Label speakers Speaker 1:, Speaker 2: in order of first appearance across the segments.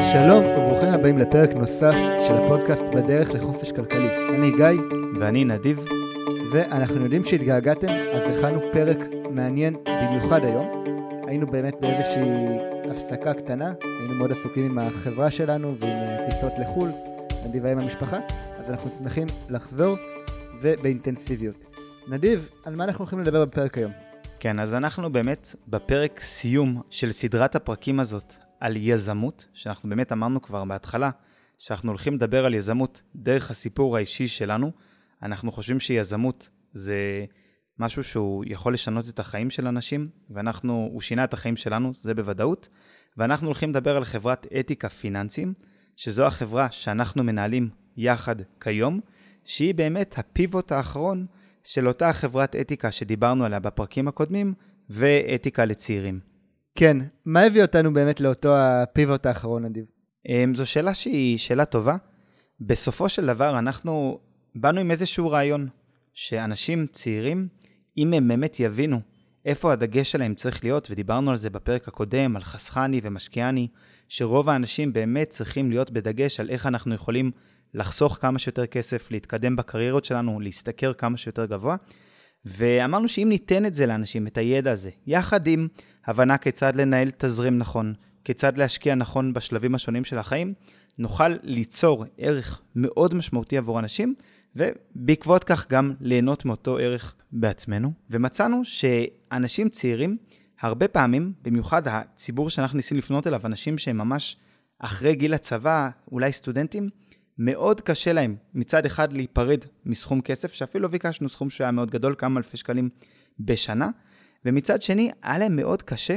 Speaker 1: שלום וברוכים הבאים לפרק נוסף של הפודקאסט בדרך לחופש כלכלי. אני גיא.
Speaker 2: ואני נדיב.
Speaker 1: ואנחנו יודעים שהתגעגעתם, אז הכנו פרק מעניין במיוחד היום. היינו באמת באיזושהי הפסקה קטנה, היינו מאוד עסוקים עם החברה שלנו ועם טיסות לחול, נדיב עם המשפחה, אז אנחנו שמחים לחזור ובאינטנסיביות. נדיב, על מה אנחנו הולכים לדבר בפרק היום?
Speaker 2: כן, אז אנחנו באמת בפרק סיום של סדרת הפרקים הזאת על יזמות, שאנחנו באמת אמרנו כבר בהתחלה, שאנחנו הולכים לדבר על יזמות דרך הסיפור האישי שלנו. אנחנו חושבים שיזמות זה משהו שהוא יכול לשנות את החיים של אנשים, הוא שינה את החיים שלנו, זה בוודאות. ואנחנו הולכים לדבר על חברת אתיקה פיננסים, שזו החברה שאנחנו מנהלים יחד כיום, שהיא באמת הפיבוט האחרון של אותה חברת אתיקה שדיברנו עליה בפרקים הקודמים, ואתיקה לצעירים.
Speaker 1: כן, מה הביא אותנו באמת לאותו הפיבוט האחרון, נדיב?
Speaker 2: זו שאלה שהיא שאלה טובה. בסופו של דבר אנחנו באנו עם איזשהו רעיון, שאנשים צעירים, אם הם באמת יבינו איפה הדגש שלהם צריך להיות, ודיברנו על זה בפרק הקודם, על חסכני ומשקיעני, שרוב האנשים באמת צריכים להיות בדגש על איך אנחנו יכולים לחסוך כמה שיותר כסף, להתקדם בקריירות שלנו, להשתכר כמה שיותר גבוה, ואמרנו שאם ניתן את זה לאנשים, את הידע הזה, יחד עם הבנה כיצד לנהל תזרים נכון, כיצד להשקיע נכון בשלבים השונים של החיים, נוכל ליצור ערך מאוד משמעותי עבור אנשים, ובעקבות כך גם ליהנות מאותו ערך בעצמנו. ומצאנו שאנשים צעירים, הרבה פעמים, במיוחד הציבור שאנחנו ניסים לפנות אליו, אנשים שהם ממש אחרי גיל הצבא, אולי סטודנטים, מאוד קשה להם מצד אחד להיפרד מסכום כסף, שאפילו לא ביקשנו סכום שהיה מאוד גדול, כמה אלפי שקלים בשנה, ומצד שני היה להם מאוד קשה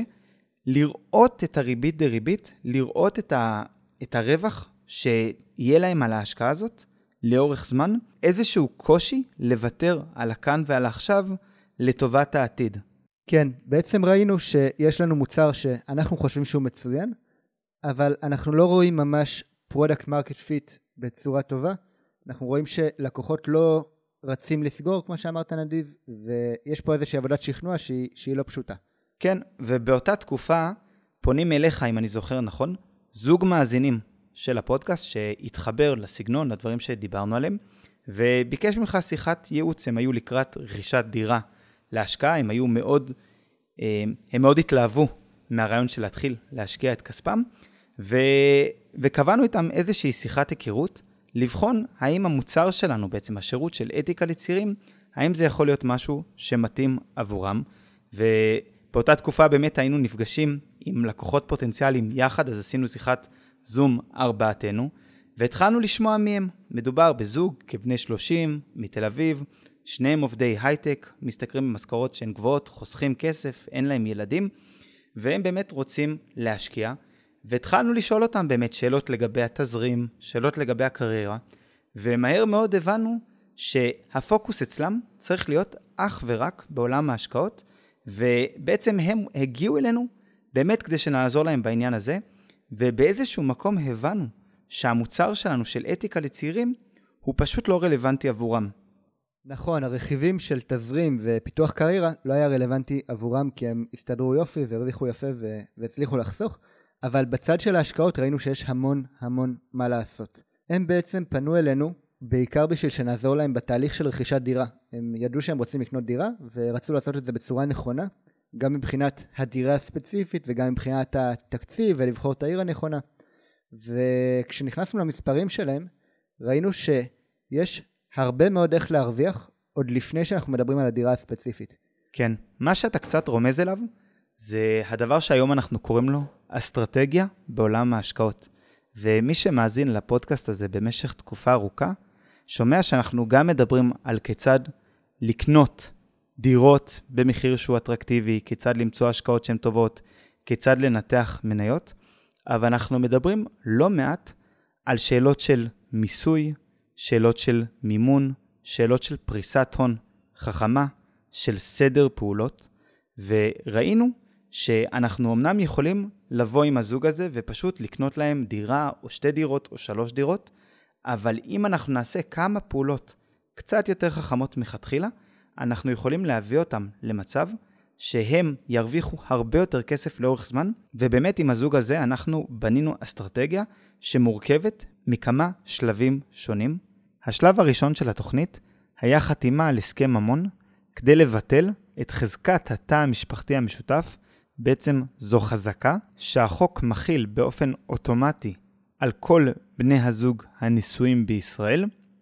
Speaker 2: לראות את הריבית דריבית, לראות את הרווח שיהיה להם על ההשקעה הזאת לאורך זמן, איזשהו קושי לוותר על הכאן ועל עכשיו לטובת העתיד.
Speaker 1: כן, בעצם ראינו שיש לנו מוצר שאנחנו חושבים שהוא מצוין, אבל אנחנו לא רואים ממש product market fit בצורה טובה. אנחנו רואים שלקוחות לא רצים לסגור, כמו שאמרת נדיב, ויש פה איזושהי עבודת שכנוע שהיא לא פשוטה.
Speaker 2: כן, ובאותה תקופה פונים אליך, אם אני זוכר נכון, זוג מאזינים של הפודקאסט שהתחבר לסגנון, לדברים שדיברנו עליהם, וביקש ממך שיחת ייעוץ. הם היו לקראת רכישת דירה להשקעה, הם מאוד התלהבו מהרעיון של להתחיל להשקיע את כספם, וקבענו איתם איזושהי שיחת היכרות, לבחון האם המוצר שלנו, בעצם השירות של אתיקה לצעירים, האם זה יכול להיות משהו שמתאים עבורם, ובאותה תקופה באמת היינו נפגשים עם לקוחות פוטנציאליים יחד, אז עשינו שיחת זום ארבעתנו, והתחלנו לשמוע מהם. מדובר בזוג כבני 30 מתל אביב, שניהם עובדי הייטק, משתכרים במשכורות שהן גבוהות, חוסכים כסף, אין להם ילדים, והם באמת רוצים להשקיע, והתחלנו לשאול אותם באמת שאלות לגבי התזרים, שאלות לגבי הקריירה, ומהר מאוד הבנו שהפוקוס אצלם צריך להיות אך ורק בעולם ההשקעות, ובעצם הם הגיעו אלינו באמת כדי שנעזור להם בעניין הזה, ובאיזשהו מקום הבנו שהמוצר שלנו של אתיקה לצעירים הוא פשוט לא רלוונטי עבורם.
Speaker 1: נכון, הרכיבים של תזרים ופיתוח קריירה לא היה רלוונטי עבורם, כי הם הסתדרו יופי והרוויחו יפה והצליחו לחסוך, אבל בצד של ההשקעות ראינו שיש המון מה לעשות. הם בעצם פנו אלינו בעיקר בשביל שנעזור להם בתהליך של רכישת דירה. הם ידעו שהם רוצים לקנות דירה ורצו לעשות את זה בצורה נכונה, גם מבחינת הדירה הספציפית וגם מבחינת התקציב ולבחור את העיר הנכונה. וכשנכנסנו למספרים שלהם, ראינו שיש הרבה מאוד איך להרוויח עוד לפני שאנחנו מדברים על הדירה הספציפית.
Speaker 2: כן, מה שאתה קצת רומז אליו, זה הדבר שהיום אנחנו קוראים לו אסטרטגיה בעולם ההשקעות. ומי שמאזין לפודקאסט הזה במשך תקופה ארוכה, שומע שאנחנו גם מדברים על כיצד לקנות דירות במחיר שהוא אטרקטיבי, כיצד למצוא השקעות שהן טובות, כיצד לנתח מניות, אבל אנחנו מדברים לא מעט על שאלות של מיסוי, שאלות של מימון, שאלות של פריסת הון חכמה, של סדר פעולות, וראינו שאנחנו אמנם יכולים לבוא עם הזוג הזה ופשוט לקנות להם דירה או 2 דירות או 3 דירות, אבל אם אנחנו נעשה כמה פעולות קצת יותר חכמות מתחילה, אנחנו יכולים להביא אותם למצב שהם ירוויחו הרבה יותר כסף לאורך זמן, ובאמת עם הזוג הזה אנחנו בנינו אסטרטגיה שמורכבת מכמה שלבים שונים. השלב הראשון של התוכנית היה חתימה על הסכם ממון, כדי לבטל את חזקת התא המשפחתי המשותף. בעצם זו חזקה שהחוק מכיל באופן אוטומטי על כל בני הזוג הנישואים בישראל,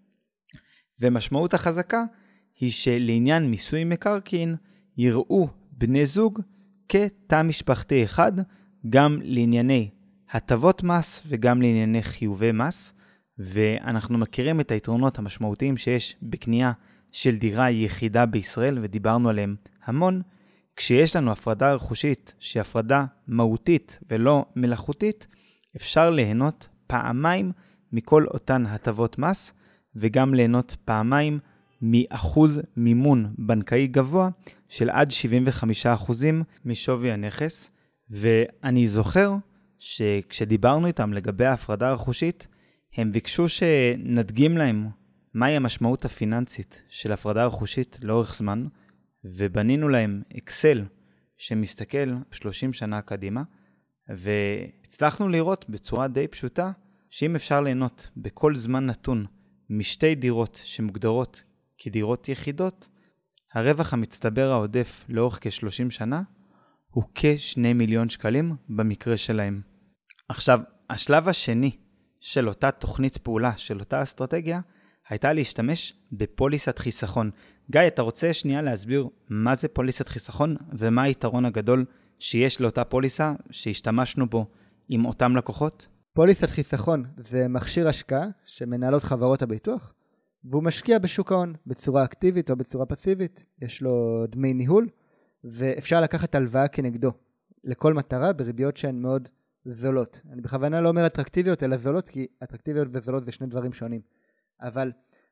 Speaker 2: ומשמעות החזקה היא שלעניין מיסוי מקרקעין יראו בני זוג כתא משפחתי אחד, גם לענייני הטבות מס וגם לענייני חיובי מס, ואנחנו מכירים את היתרונות המשמעותיים שיש בקנייה של דירה יחידה בישראל, ודיברנו עליהם המון. כשיש לנו הפרדה רכושית שהיא הפרדה מהותית ולא מלאכותית, אפשר ליהנות פעמיים מכל אותן הטבות מס, וגם ליהנות פעמיים מאחוז מימון בנקאי גבוה של עד 75% משווי הנכס. ואני זוכר שכשדיברנו איתם לגבי ההפרדה הרכושית, הם ביקשו שנדגים להם מהי המשמעות הפיננסית של הפרדה רכושית לאורך זמן, ובנינו להם אקסל שמסתכל 30 שנה קדימה, והצלחנו לראות בצורה די פשוטה שאם אפשר ליהנות בכל זמן נתון משתי דירות שמוגדרות כדירות יחידות, הרווח המצטבר העודף לאורך כ-30 שנה הוא כ2 מיליון שקלים במקרה שלהם. עכשיו, השלב השני של אותה תוכנית פעולה, של אותה אסטרטגיה, הייתה להשתמש בפוליסת חיסכון. גיא, אתה רוצה שנייה להסביר מה זה פוליסת חיסכון ומה היתרון הגדול שיש לאותה פוליסה שהשתמשנו בו עם אותם לקוחות?
Speaker 1: פוליסת חיסכון זה מכשיר השקעה שמנהלות חברות הביטוח, והוא משקיע בשוק ההון בצורה אקטיבית או בצורה פסיבית. יש לו דמי ניהול, ואפשר לקחת הלוואה כנגדו לכל מטרה בריביות שהן מאוד זולות. אני בכוונה לא אומר אטרקטיביות אלא זולות, כי אטרקטיביות וזולות זה שני דברים שונים. אבל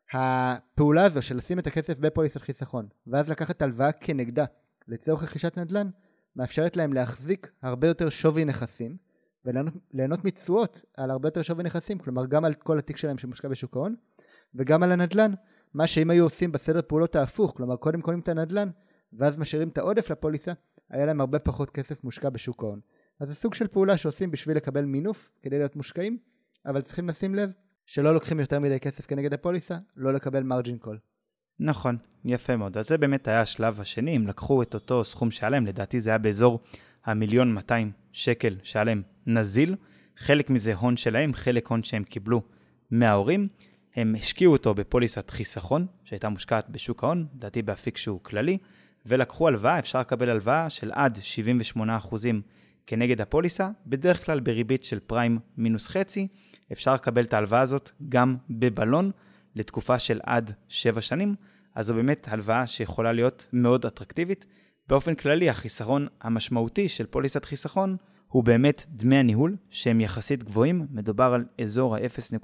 Speaker 1: הפעולה הזו של לשים את הכסף בפוליסת חיסכון ואז לקחת הלוואה כנגדה לצורך רכישת נדל"ן, מאפשרת להם להחזיק הרבה יותר שווי נכסים וליהנות מתשואות על הרבה יותר שווי נכסים, כלומר גם על כל התיק שלהם שמושקע בשוק ההון וגם על הנדל"ן, מה שאם היו עושים בסדר פעולות ההפוך, כלומר קודם קונים את הנדל"ן ואז משאירים את העודף לפוליסה, היה להם הרבה פחות כסף מושקע בשוק ההון. אז זה סוג של פעולה שעושים בשביל לקבל מינוף כדי להיות מושקעים, אבל צריכים לשים לב שלא לוקחים יותר מדי כסף כנגד הפוליסה, לא לקבל מרג'ין קול.
Speaker 2: נכון, יפה מאוד. אז זה באמת היה השלב השני. הם לקחו את אותו סכום שעליהם, לדעתי זה היה באזור 1,200,000 שקל שעליהם נזיל. חלק מזה הון שלהם, חלק הון שהם קיבלו מההורים. הם השקיעו אותו בפוליסת חיסכון, שהייתה מושקעת בשוק ההון, לדעתי באפיק שהוא כללי, ולקחו הלוואה, אפשר לקבל הלוואה של עד 78% כנגד הפוליסה, בדרך כלל בריבית של פריים מינוס חצי. אפשר לקבל את ההלוואה הזאת גם בבלון לתקופה של עד 7 שנים, אז זו באמת הלוואה שיכולה להיות מאוד אטרקטיבית. באופן כללי, החיסרון המשמעותי של פוליסת חיסכון הוא באמת דמי הניהול, שהם יחסית גבוהים, מדובר על אזור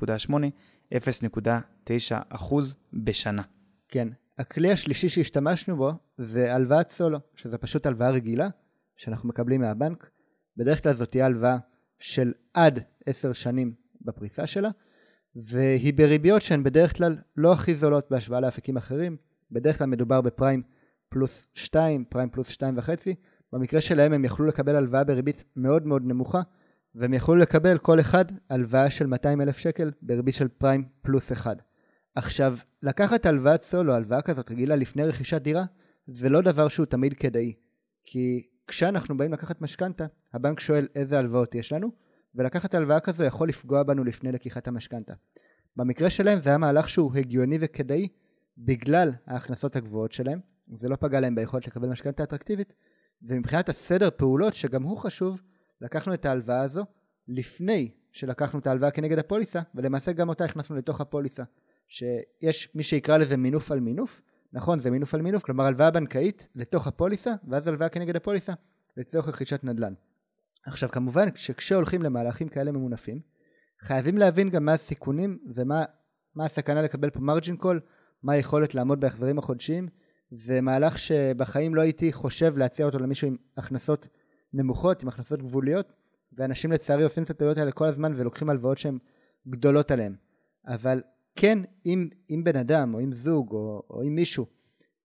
Speaker 2: ה-0.8-0.9% בשנה.
Speaker 1: כן, הכלי השלישי שהשתמשנו בו זה הלוואת סולו, שזה פשוט הלוואה רגילה שאנחנו מקבלים מהבנק. בדרך כלל זאת תהיה הלוואה של עד 10 שנים בפריסה שלה, והיא בריביות שהן בדרך כלל לא הכי זולות בהשוואה לאפיקים אחרים. בדרך כלל מדובר בפריים פלוס 2, פריים פלוס 2.5. במקרה שלהם הם יכלו לקבל הלוואה בריבית מאוד מאוד נמוכה, והם יכלו לקבל כל אחד הלוואה של 200,000 שקל בריבית של פריים פלוס 1. עכשיו, לקחת הלוואת סולו, הלוואה כזאת רגילה לפני רכישת דירה, זה לא דבר שהוא תמיד כדאי. כי כשאנחנו באים לקחת משכנתה, הבנק שואל איזה הלוואות יש לנו, ולקחת הלוואה כזו יכול לפגוע בנו לפני לקיחת המשכנתה. במקרה שלהם זה היה מהלך שהוא הגיוני וכדאי, בגלל ההכנסות הגבוהות שלהם, זה לא פגע להם ביכולת לקבל משכנתה אטרקטיבית, ומבחינת הסדר פעולות שגם הוא חשוב, לקחנו את ההלוואה הזו לפני שלקחנו את ההלוואה כנגד הפוליסה, ולמעשה גם אותה הכנסנו לתוך הפוליסה, שיש מי שיקרא לזה מינוף על מינוף. נכון, זה מינוף על מינוף, כלומר הלוואה בנקאית לתוך הפוליסה, ואז הלוואה כנגד הפוליסה לצורך רכישת נדל"ן. עכשיו כמובן שכשהולכים למהלכים כאלה ממונפים, חייבים להבין גם מה הסיכונים ומה הסכנה לקבל פה מרג'ין קול, מה היכולת לעמוד בהחזרים החודשיים. זה מהלך שבחיים לא הייתי חושב להציע אותו למישהו עם הכנסות נמוכות, עם הכנסות גבוליות, ואנשים לצערי עושים את הטעויות האלה כל הזמן ולוקחים הלוואות שהן גדולות עליהם. אבל כן, אם בן אדם או אם זוג או אם מישהו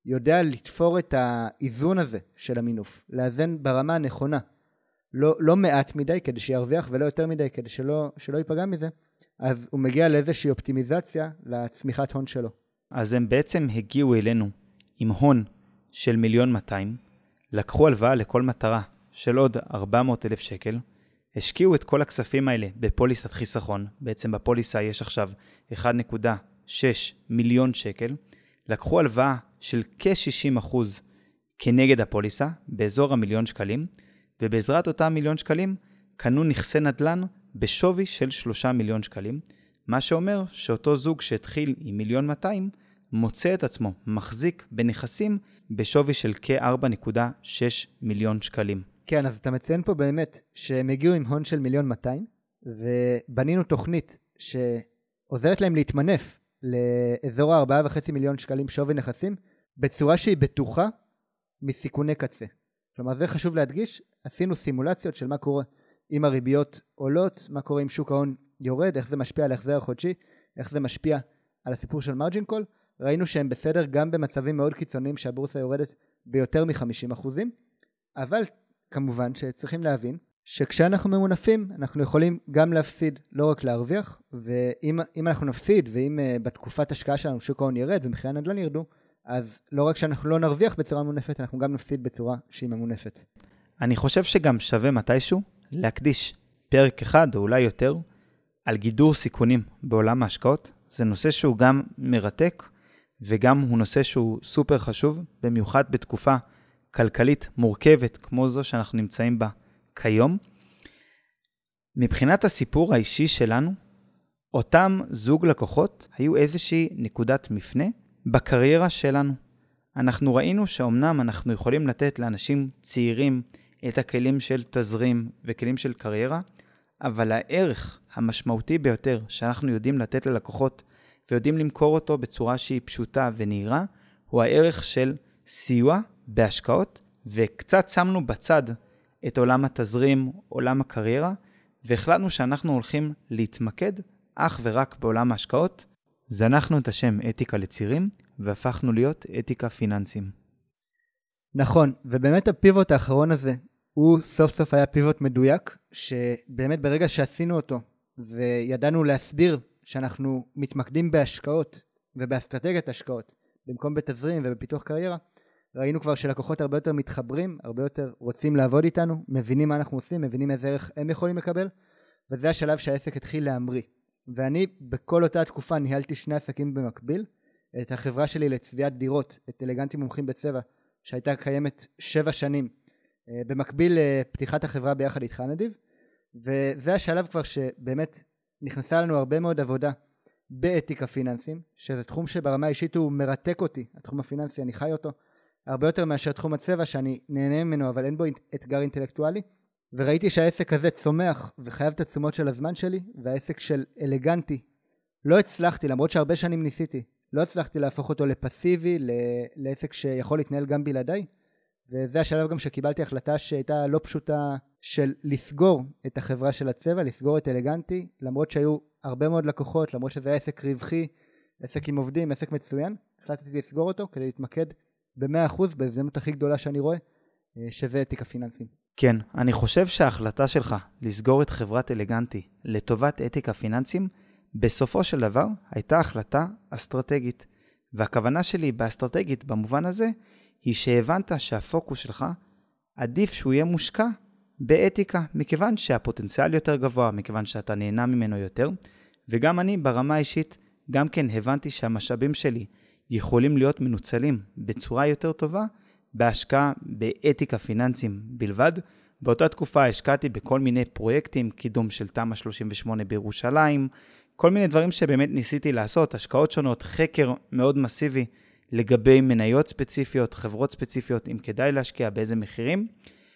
Speaker 1: יודע לתפור את האיזון הזה של המינוף, לאזן ברמה הנכונה, לא מעט מדי כדי שירוויח ולא יותר מדי כדי שלא ייפגע מזה, אז הוא מגיע לאיזושהי אופטימיזציה לצמיחת הון שלו.
Speaker 2: אז הם בעצם הגיעו אלינו עם הון של 1,200,000, לקחו הלוואה לכל מטרה של עוד 400,000 שקל, השקיעו את כל הכספים האלה בפוליסת חיסכון, בעצם בפוליסה יש עכשיו 1.6 מיליון שקל, לקחו הלוואה של כ-60% כנגד הפוליסה, באזור ה1,000,000 שקלים, ובעזרת אותם 1,000,000 שקלים, קנו נכסי נדל"ן בשווי של 3 מיליון שקלים, מה שאומר שאותו זוג שהתחיל עם 1,200,000, מוצא את עצמו מחזיק בנכסים בשווי של כ-4.6 מיליון שקלים.
Speaker 1: כן, אז אתה מציין פה באמת שהם הגיעו עם הון של 1,200,000, ובנינו תוכנית שעוזרת להם להתמנף לאזור ה4.5 מיליון שקלים שווי נכסים, בצורה שהיא בטוחה מסיכוני קצה. כלומר, זה חשוב להדגיש, עשינו סימולציות של מה קורה אם הריביות עולות, מה קורה אם שוק ההון יורד, איך זה משפיע על ההחזר החודשי, איך זה משפיע על הסיפור של מרג'ין קול. ראינו שהם בסדר גם במצבים מאוד קיצוניים שהבורסה יורדת ביותר מ-50%, אבל כמובן שצריכים להבין שכשאנחנו ממונפים אנחנו יכולים גם להפסיד, לא רק להרוויח, ואם אנחנו נפסיד ואם בתקופת השקעה שלנו שוק ההון ירד ומחירי הנדל"ן ירדו, אז לא רק שאנחנו לא נרוויח בצורה ממונפת, אנחנו גם נפסיד בצורה שהיא ממונפת.
Speaker 2: אני חושב שגם שווה מתישהו להקדיש פרק אחד או אולי יותר על גידור סיכונים בעולם ההשקעות. זה נושא שהוא גם מרתק וגם הוא נושא שהוא סופר חשוב, במיוחד בתקופה כלכלית מורכבת כמו זו שאנחנו נמצאים בה כיום. מבחינת הסיפור האישי שלנו, אותם זוג לקוחות היו איזושהי נקודת מפנה בקריירה שלנו. אנחנו ראינו שאומנם אנחנו יכולים לתת לאנשים צעירים את הכלים של תזרים וכלים של קריירה, אבל הערך המשמעותי ביותר שאנחנו יודעים לתת ללקוחות ויודעים למכור אותו בצורה שהיא פשוטה ונהירה, הוא הערך של סיוע בהשקעות, וקצת שמנו בצד את עולם התזרים, עולם הקריירה, והחלטנו שאנחנו הולכים להתמקד אך ורק בעולם ההשקעות. זנחנו את השם אתיקה לצעירים, והפכנו להיות אתיקה פיננסים.
Speaker 1: נכון, ובאמת הפיבוט האחרון הזה, הוא סוף סוף היה פיבוט מדויק, שבאמת ברגע שעשינו אותו, וידענו להסביר שאנחנו מתמקדים בהשקעות, ובאסטרטגיית השקעות, במקום בתזרים ובפיתוח קריירה, ראינו כבר שלקוחות הרבה יותר מתחברים, הרבה יותר רוצים לעבוד איתנו, מבינים מה אנחנו עושים, מבינים איזה ערך הם יכולים לקבל, וזה השלב שהעסק התחיל להמריא. ואני בכל אותה תקופה ניהלתי 2 עסקים במקביל, את החברה שלי לצביעת דירות, את אלגנטים מומחים בצבע, שהייתה קיימת 7 שנים, במקביל לפתיחת החברה ביחד איתך נדיב, וזה השלב כבר שבאמת נכנסה לנו הרבה מאוד עבודה באתיקה פיננסים, שזה תחום שברמה האישית הוא מרתק אותי, התחום הפיננסי, אני חי אותו, הרבה יותר מאשר תחום הצבע שאני נהנה ממנו, אבל אין בו אתגר אינטלקטואלי, וראיתי שהעסק הזה צומח וחייב את התשומות של הזמן שלי, והעסק של אלגנטי לא הצלחתי, למרות שהרבה שנים ניסיתי, לא הצלחתי להפוך אותו לפסיבי, לעסק שיכול להתנהל גם בלעדיי, וזה השלב גם שקיבלתי החלטה שהייתה לא פשוטה של לסגור את החברה של הצבע, לסגור את אלגנטי, למרות שהיו הרבה מאוד לקוחות, למרות שזה היה עסק רווחי, עסק עם עובדים, עסק מצוין, החלטתי לסגור אותו כדי להתמקד ב100% בהזדמנות הכי גדולה שאני רואה, שזה אתיקה פיננסים.
Speaker 2: כן, אני חושב שההחלטה שלך לסגור את חברת אלגנטי לטובת אתיקה פיננסים, בסופו של דבר הייתה החלטה אסטרטגית. והכוונה שלי באסטרטגית במובן הזה, היא שהבנת שהפוקוס שלך עדיף שהוא יהיה מושקע באתיקה, מכיוון שהפוטנציאל יותר גבוה, מכיוון שאתה נהנה ממנו יותר, וגם אני ברמה האישית גם כן הבנתי שהמשאבים שלי יכולים להיות מנוצלים בצורה יותר טובה, בהשקעה באתיקה פיננסים בלבד. באותה תקופה השקעתי בכל מיני פרויקטים, קידום של תמ"א 38 בירושלים, כל מיני דברים שבאמת ניסיתי לעשות, השקעות שונות, חקר מאוד מסיבי לגבי מניות ספציפיות, חברות ספציפיות, אם כדאי להשקיע, באיזה מחירים,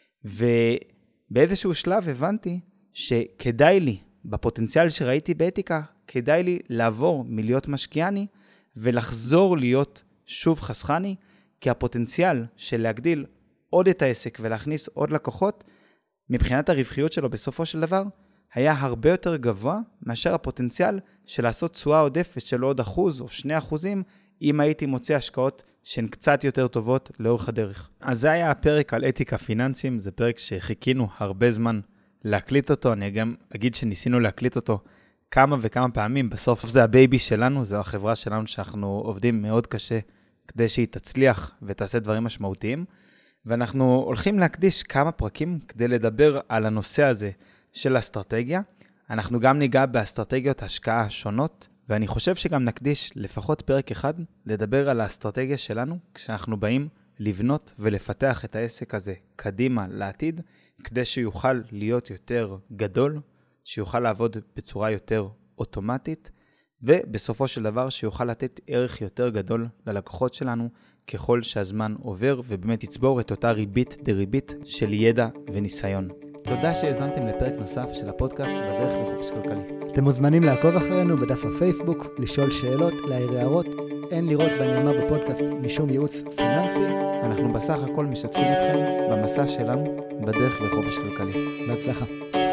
Speaker 2: ובאיזשהו שלב הבנתי שכדאי לי, בפוטנציאל שראיתי באתיקה, כדאי לי לעבור מלהיות משקיעני, ולחזור להיות שוב חסכני, כי הפוטנציאל של להגדיל עוד את העסק ולהכניס עוד לקוחות, מבחינת הרווחיות שלו בסופו של דבר, היה הרבה יותר גבוה מאשר הפוטנציאל של לעשות תשואה עודפת של עוד 1% או 2% אם הייתי מוצא השקעות שהן קצת יותר טובות לאורך הדרך. אז זה היה הפרק על אתיקה פיננסים, זה פרק שחיכינו הרבה זמן להקליט אותו, אני גם אגיד שניסינו להקליט אותו כמה וכמה פעמים, בסוף זה הבייבי שלנו, זו החברה שלנו שאנחנו עובדים מאוד קשה כדי שהיא תצליח ותעשה דברים משמעותיים, ואנחנו הולכים להקדיש כמה פרקים כדי לדבר על הנושא הזה של אסטרטגיה. אנחנו גם ניגע באסטרטגיות השקעה שונות, ואני חושב שגם נקדיש לפחות פרק אחד לדבר על האסטרטגיה שלנו, כשאנחנו באים לבנות ולפתח את העסק הזה קדימה לעתיד, כדי שיוכל להיות יותר גדול, שיוכל לעבוד בצורה יותר אוטומטית, ובסופו של דבר שיוכל לתת ערך יותר גדול ללקוחות שלנו, ככל שהזמן עובר, ובאמת יצבור את אותה ריבית דריבית של ידע וניסיון. תודה שהזמנתם לפרק נוסף של הפודקאסט בדרך לחופש כלכלי.
Speaker 1: אתם מוזמנים לעקוב אחרינו בדף הפייסבוק, לשאול שאלות, להעיר הערות. אין לראות בנאמר בפודקאסט משום ייעוץ פיננסי.
Speaker 2: אנחנו בסך הכל משתפים אתכם במסע שלנו בדרך לחופש כלכלי.
Speaker 1: בהצלחה.